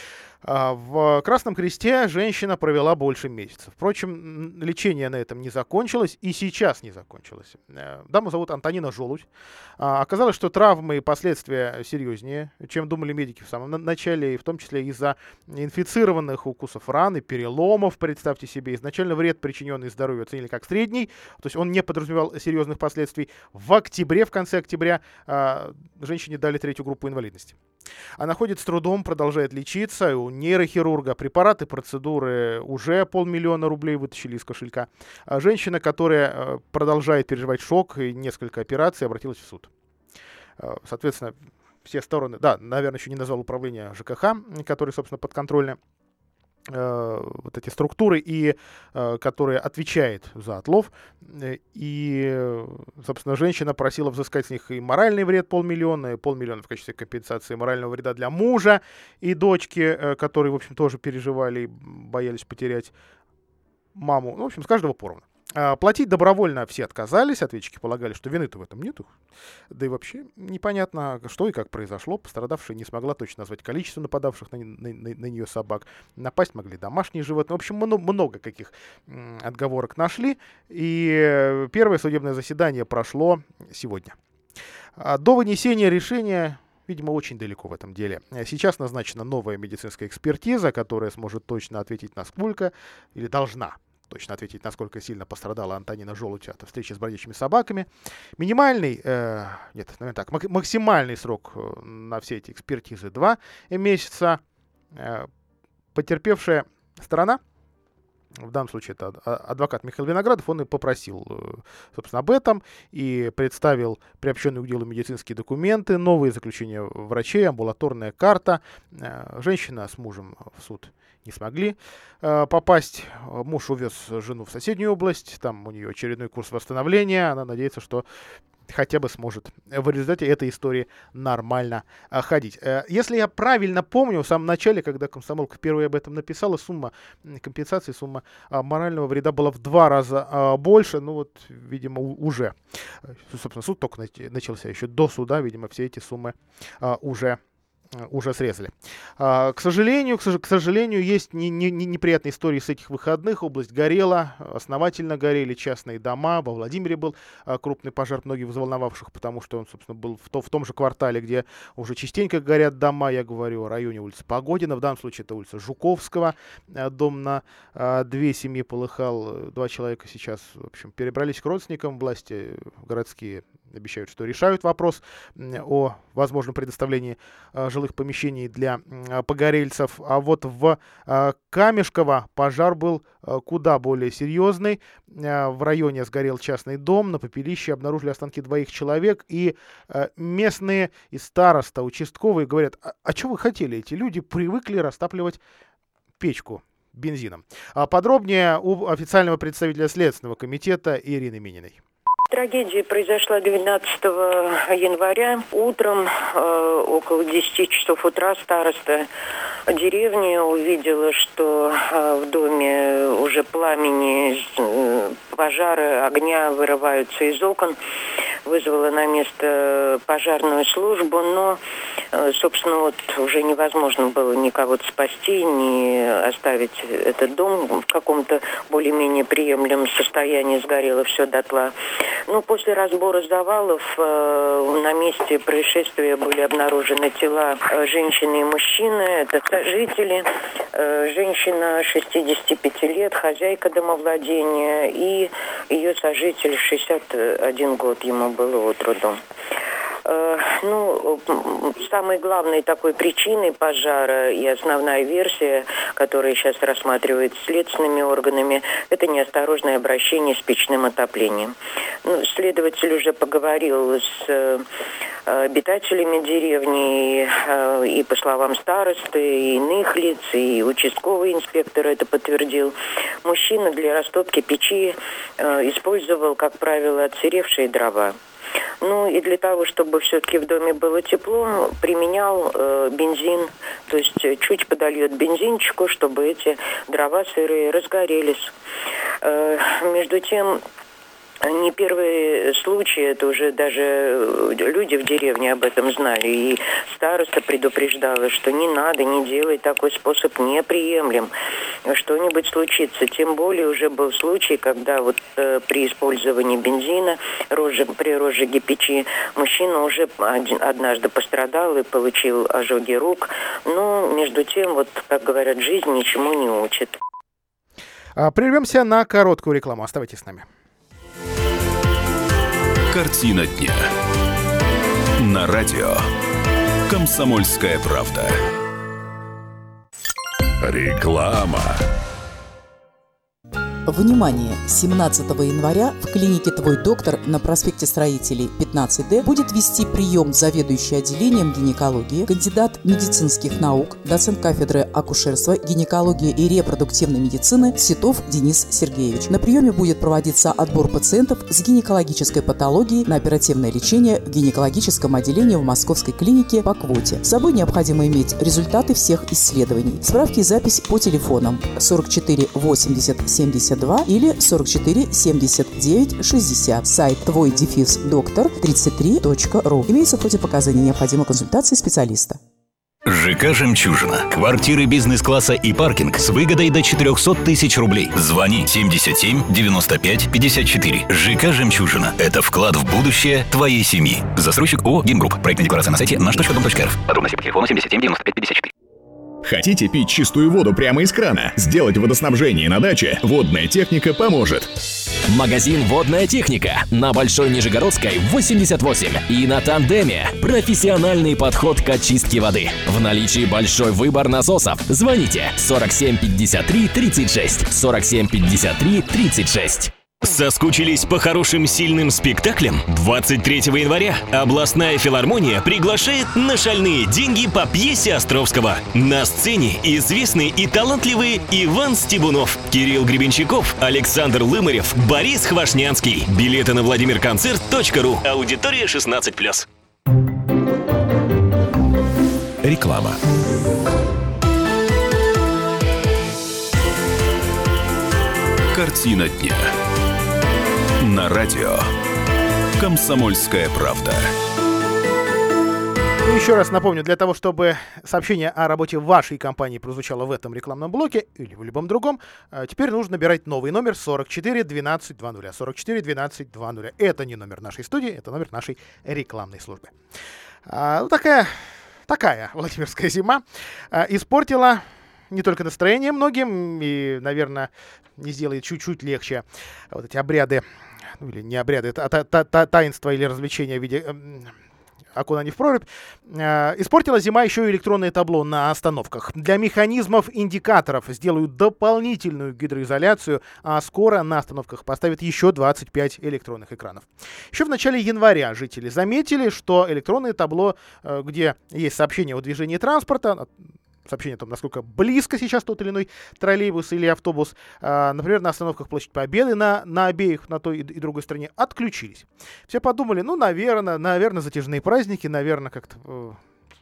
В Красном Кресте женщина провела больше месяцев. Впрочем, лечение на этом не закончилось и сейчас не закончилось. Даму зовут Антонина Желудь. Оказалось, что травмы и последствия серьезнее, чем думали медики в самом начале, и в том числе из-за инфицированных укусов ран и переломов. Представьте себе, изначально вред, причиненный здоровью, оценили как средний, то есть он не подразумевал серьезных последствий. В конце октября, женщине дали 3-ю группу инвалидности. Она ходит с трудом, продолжает лечиться. У нейрохирурга препараты, процедуры уже 500 000 рублей вытащили из кошелька. Женщина, которая продолжает переживать шок и несколько операций, обратилась в суд. Соответственно, все стороны... Да, наверное, еще не назвал управление ЖКХ, который, собственно, подконтрольно вот эти структуры, и которые отвечает за отлов. И, собственно, женщина просила взыскать с них и моральный вред 500 000, и 500 000 в качестве компенсации морального вреда для мужа и дочки, которые, в общем, тоже переживали и боялись потерять маму. Ну, в общем, с каждого поровну. Платить добровольно все отказались, ответчики полагали, что вины-то в этом нету. Да и вообще непонятно, что и как произошло. Пострадавшая не смогла точно назвать количество нападавших на нее собак. Напасть могли домашние животные. В общем, много каких отговорок нашли. И первое судебное заседание прошло сегодня. До вынесения решения, видимо, очень далеко в этом деле. Сейчас назначена новая медицинская экспертиза, которая сможет точно ответить, насколько, или должна точно ответить, насколько сильно пострадала Антонина Желудь от встречи с бродячими собаками. Максимальный срок на все эти экспертизы 2 месяца. Потерпевшая сторона, в данном случае это адвокат Михаил Виноградов, он и попросил, собственно, об этом и представил приобщенные к делу медицинские документы, новые заключения врачей, амбулаторная карта. Женщина с мужем в суд не смогли попасть. Муж увез жену в соседнюю область, там у нее очередной курс восстановления. Она надеется, что хотя бы сможет в результате этой истории нормально ходить. Если я правильно помню, в самом начале, когда «Комсомолка» впервые об этом написала, сумма компенсации, сумма морального вреда была в 2 раза больше. Ну вот, видимо, уже. Собственно, суд только начался, еще до суда, видимо, все эти суммы уже срезали. К сожалению, есть неприятные истории с этих выходных. Область горела, основательно горели частные дома. Во Владимире был крупный пожар, многих взволновавших, потому что он, собственно, был в том же квартале, где уже частенько горят дома. Я говорю о районе улицы Погодина. В данном случае это улица Жуковского. Дом на 2 семьи полыхал. 2 человека сейчас, в общем, перебрались к родственникам. Власти городские обещают, что решают вопрос о возможном предоставлении жилых помещений для погорельцев. А вот в Камешково пожар был куда более серьезный. В районе сгорел частный дом, на пепелище обнаружили останки 2 человек, и местные и староста, участковые говорят: а что вы хотели? Эти люди привыкли растапливать печку бензином. Подробнее у официального представителя Следственного комитета Ирины Мининой. Трагедия произошла 12 января. Утром, около 10 часов утра, староста деревни увидела, что в доме уже пламени, пожары, огня вырываются из окон. Вызвала на место пожарную службу, но, собственно, вот уже невозможно было никого спасти, ни оставить этот дом в каком-то более-менее приемлемом состоянии, сгорело все дотла. Ну, после разбора завалов на месте происшествия были обнаружены тела женщины и мужчины, это сожители, женщина 65 лет, хозяйка домовладения, и ее сожитель 61 год ему было от роду. Ну, самой главной такой причиной пожара и основная версия, которая сейчас рассматривается следственными органами, это неосторожное обращение с печным отоплением. Ну, следователь уже поговорил с обитателями деревни, и по словам старосты, и иных лиц, и участковый инспектор это подтвердил. Мужчина для растопки печи использовал, как правило, отсыревшие дрова. Ну и для того, чтобы все-таки в доме было тепло, применял бензин, то есть чуть подольет бензинчику, чтобы эти дрова сырые разгорелись. Между тем, не первый случай, это уже даже люди в деревне об этом знали, и староста предупреждала, что не надо, не делай, такой способ неприемлем, что-нибудь случится. Тем более уже был случай, когда вот при использовании бензина, при розжиге печи, мужчина уже однажды пострадал и получил ожоги рук, но между тем, вот как говорят, жизнь ничему не учит. Прервемся на короткую рекламу, оставайтесь с нами. Картина дня. На радио «Комсомольская правда». Реклама. Внимание! 17 января в клинике «Твой доктор» на проспекте Строителей 15Д будет вести прием заведующий отделением гинекологии, кандидат медицинских наук, доцент кафедры акушерства, гинекологии и репродуктивной медицины Ситов Денис Сергеевич. На приеме будет проводиться отбор пациентов с гинекологической патологией на оперативное лечение в гинекологическом отделении в Московской клинике по квоте. С собой необходимо иметь результаты всех исследований. Справки и запись по телефонам 44 80 72 или 44 79 60. Сайт твой-доктор33.ру. Имеются противопоказания, необходима консультация специалиста. ЖК «Жемчужина». Квартиры бизнес-класса и паркинг с выгодой до 400 тысяч рублей. Звони 77 95 54. ЖК «Жемчужина». Это вклад в будущее твоей семьи. Застройщик ООО «Гимгрупп». Проектная декларация на сайте наш.дом.рф. Подробности по телефону 77 95 54. Хотите пить чистую воду прямо из крана? Сделать водоснабжение на даче? Водная техника поможет. Магазин «Водная техника» на Большой Нижегородской 88 и на Тандеме. Профессиональный подход к очистке воды. В наличии большой выбор насосов. Звоните 47 53 36 47 53 36. Соскучились по хорошим сильным спектаклям? 23 января областная филармония приглашает на шальные деньги по пьесе Островского. На сцене известные и талантливые Иван Стебунов, Кирилл Гребенщиков, Александр Лымарев, Борис Хвашнянский. Билеты на vladimirconcert.ru. Аудитория 16+. Реклама. Картина дня. На радио «Комсомольская правда». Еще раз напомню, для того, чтобы сообщение о работе вашей компании прозвучало в этом рекламном блоке или в любом другом, теперь нужно набирать новый номер 44 12 20. 44 12 20. Это не номер нашей студии, это номер нашей рекламной службы. Такая Владимирская зима испортила не только настроение многим и, наверное, не сделает чуть-чуть легче вот эти обряды ну или не обряды, таинства или развлечения в виде окунания в прорубь, испортила зима еще и электронное табло на остановках. Для механизмов индикаторов сделают дополнительную гидроизоляцию, а скоро на остановках поставят еще 25 электронных экранов. Еще в начале января жители заметили, что электронное табло, где есть сообщение о движении транспорта, сообщение о том, насколько близко сейчас тот или иной троллейбус или автобус, например, на остановках Площадь Победы на обеих, на той и другой стороне, отключились. Все подумали, ну, наверное, затяжные праздники, наверное, как-то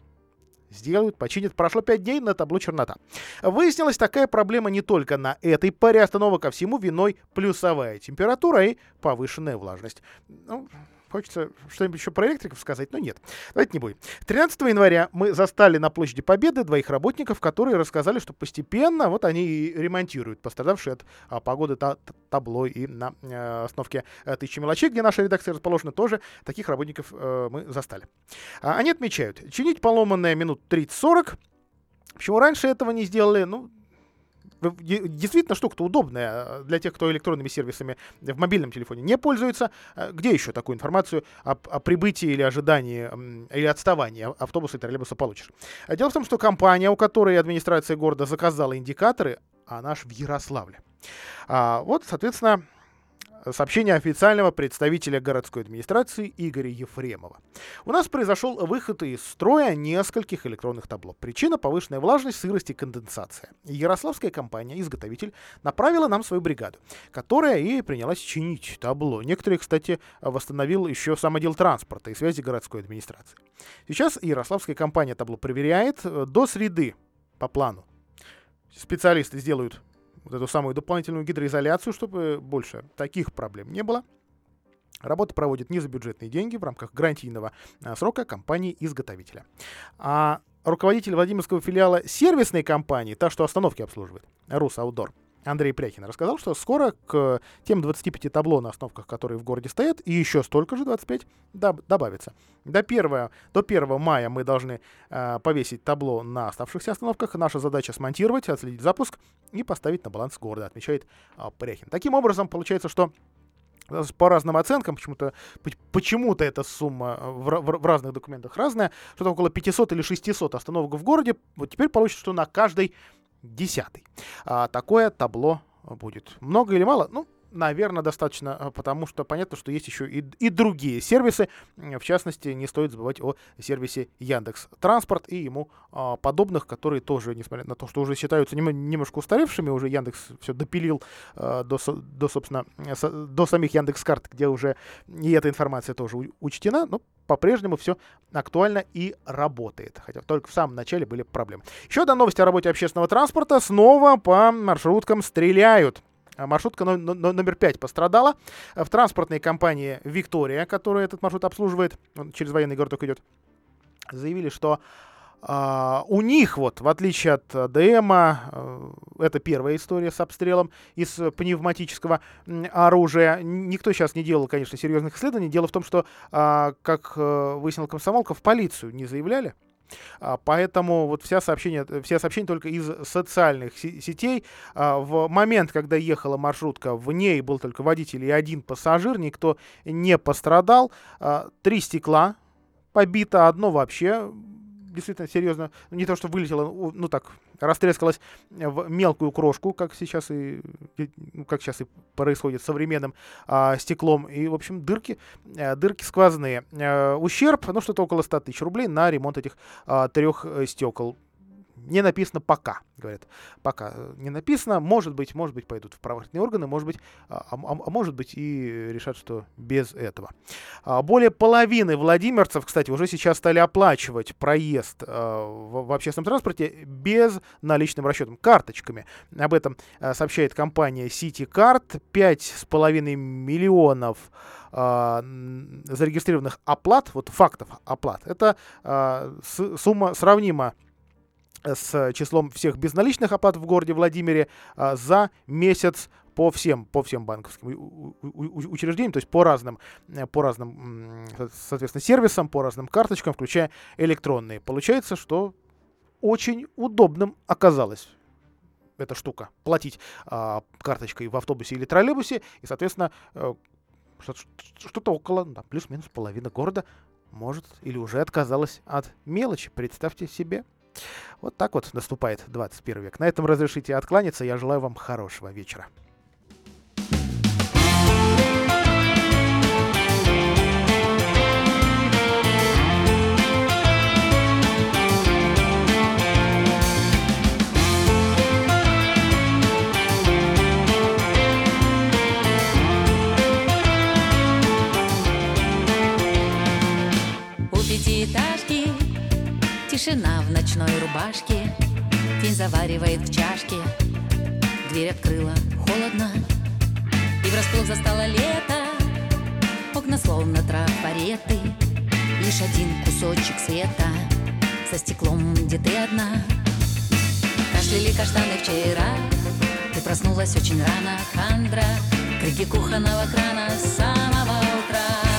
сделают, починят. Прошло 5 дней, на табло чернота. Выяснилось, такая проблема не только на этой паре остановок, а всему виной плюсовая температура и повышенная влажность. Ну, хочется что-нибудь еще про электриков сказать, но нет. Давайте не будем. 13 января мы застали на Площади Победы 2 работников, которые рассказали, что постепенно вот они и ремонтируют пострадавшие от погоды табло, и на остановке «Тысячи мелочей», где наша редакция расположена, тоже таких работников мы застали. Они отмечают, чинить поломанное минут 30-40. Почему раньше этого не сделали? Ну, действительно, штука-то удобная для тех, кто электронными сервисами в мобильном телефоне не пользуется. Где еще такую информацию о прибытии или ожидании или отставании автобуса и троллейбуса получишь? Дело в том, что компания, у которой администрация города заказала индикаторы, она аж в Ярославле. Вот, соответственно, сообщение официального представителя городской администрации Игоря Ефремова. У нас произошел выход из строя нескольких электронных табло. Причина — повышенная влажность, сырость и конденсация. Ярославская компания-изготовитель направила нам свою бригаду, которая и принялась чинить табло. Некоторые, кстати, восстановил еще сам отдел транспорта и связи городской администрации. Сейчас ярославская компания табло проверяет. До среды по плану специалисты сделают вот эту самую дополнительную гидроизоляцию, чтобы больше таких проблем не было. Работа проводит не за бюджетные деньги в рамках гарантийного срока компании-изготовителя. А руководитель Владимирского филиала сервисной компании, та, что остановки обслуживает, Русаудор, Андрей Пряхин, рассказал, что скоро к тем 25 табло на остановках, которые в городе стоят, и еще столько же, 25, добавится. До 1 мая мы должны повесить табло на оставшихся остановках. Наша задача — смонтировать, отследить запуск и поставить на баланс города, отмечает Пряхин. Таким образом, получается, что по разным оценкам, почему-то эта сумма в разных документах разная, что-то около 500 или 600 остановок в городе, вот теперь получится, что на каждой 10-й. Такое табло будет. Много или мало? Ну, наверное, достаточно, потому что понятно, что есть еще и другие сервисы. В частности, не стоит забывать о сервисе Яндекс.Транспорт и ему подобных, которые тоже, несмотря на то, что уже считаются немножко устаревшими, уже Яндекс все допилил до самих Яндекс.Карт, где уже и эта информация тоже учтена, но по-прежнему все актуально и работает. Хотя только в самом начале были проблемы. Еще одна новость о работе общественного транспорта. Снова по маршруткам стреляют. Маршрутка номер 5 пострадала. В транспортной компании «Виктория», которая этот маршрут обслуживает, он через военный городок идет, заявили, что у них, вот, в отличие от ДМа, это первая история с обстрелом из пневматического оружия. Никто сейчас не делал, конечно, серьезных исследований. Дело в том, что, как выяснил комсомолка, в полицию не заявляли. Поэтому вот все сообщения только из социальных сетей. В момент, когда ехала маршрутка, в ней был только водитель и один пассажир, никто не пострадал. 3 стекла побито, одно вообще действительно серьезно, не то что вылетело, ну так, растрескалось в мелкую крошку, как сейчас и происходит с современным стеклом. И, в общем, дырки сквозные. Ущерб, ну, что-то около 100 тысяч рублей на ремонт этих 3 стекол. Не написано пока, говорят. Пока не написано. Может быть, пойдут в правоохранительные органы, может быть и решат, что без этого. Более половины владимирцев, кстати, уже сейчас стали оплачивать проезд в общественном транспорте без наличным расчетом, карточками. Об этом сообщает компания CityCard. 5,5 миллионов зарегистрированных оплат, вот фактов оплат. Это сумма сравнима с числом всех безналичных оплат в городе Владимире за месяц по всем банковским учреждениям, то есть по разным, соответственно, сервисам, по разным карточкам, включая электронные. Получается, что очень удобным оказалось эта штука, платить карточкой в автобусе или троллейбусе, и, соответственно, что-то около, плюс-минус половина города может или уже отказалась от мелочи. Представьте себе. Вот так вот наступает 21 век. На этом разрешите откланяться. Я желаю вам хорошего вечера. Пятиэтажки, тишина в ночной рубашке, тень заваривает в чашке, дверь открыла, холодно, и врасплох застало лето, окна словно трафареты, лишь один кусочек света, за стеклом, где ты одна. Кашляли каштаны вчера, ты проснулась очень рано, хандра, крики кухонного крана с самого утра.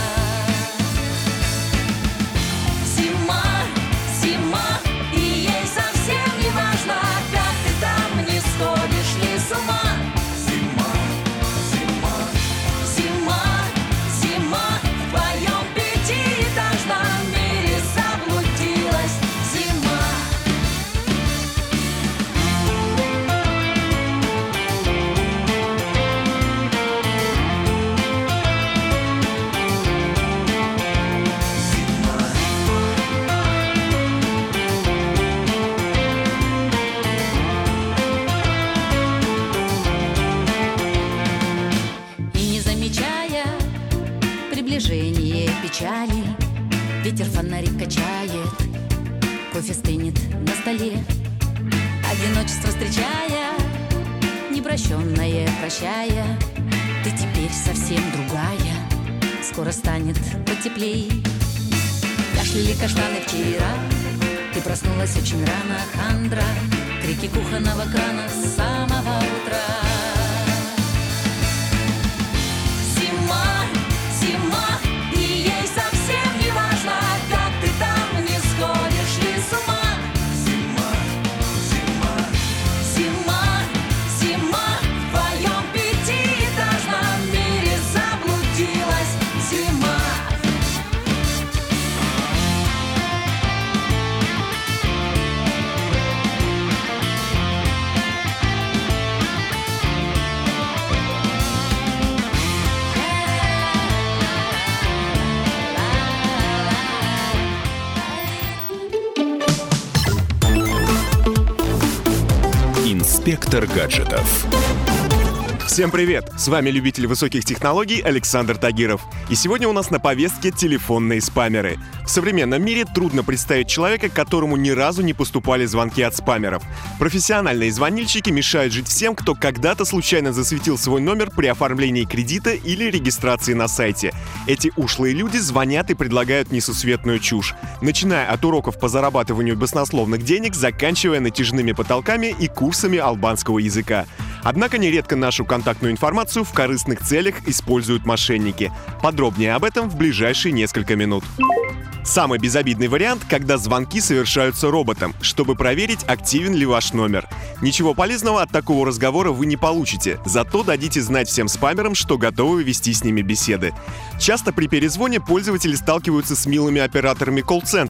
Зима, и ей совсем не важно, как ты там не сходишь ли с ума. Зима, в твоем пятиэтажном мире заблудилась зима. Приближение печали, ветер фонарик качает, кофе стынет на столе, одиночество встречая, непрощенное прощая, ты теперь совсем другая, скоро станет потеплей. Кашляли каштаны вчера, ты проснулась очень рано, хандра, крики кухонного крана с самого утра. Зима, и ей совсем не важно, как ты там не сходишь ли с ума. Зима, в твоем пятиэтажном мире заблудилась зима. Инспектор гаджетов. Всем привет! С вами любитель высоких технологий Александр Тагиров. И сегодня у нас на повестке телефонные спамеры. В современном мире трудно представить человека, которому ни разу не поступали звонки от спамеров. Профессиональные звонильщики мешают жить всем, кто когда-то случайно засветил свой номер при оформлении кредита или регистрации на сайте. Эти ушлые люди звонят и предлагают несусветную чушь, начиная от уроков по зарабатыванию баснословных денег, заканчивая натяжными потолками и курсами албанского языка. Однако нередко нашу контактную информацию в корыстных целях используют мошенники. Подробнее об этом в ближайшие несколько минут. Самый безобидный вариант, когда звонки совершаются роботом, чтобы проверить, активен ли ваш номер. Ничего полезного от такого разговора вы не получите, зато дадите знать всем спамерам, что готовы вести с ними беседы. Часто при перезвоне пользователи сталкиваются с милыми операторами колл-центра,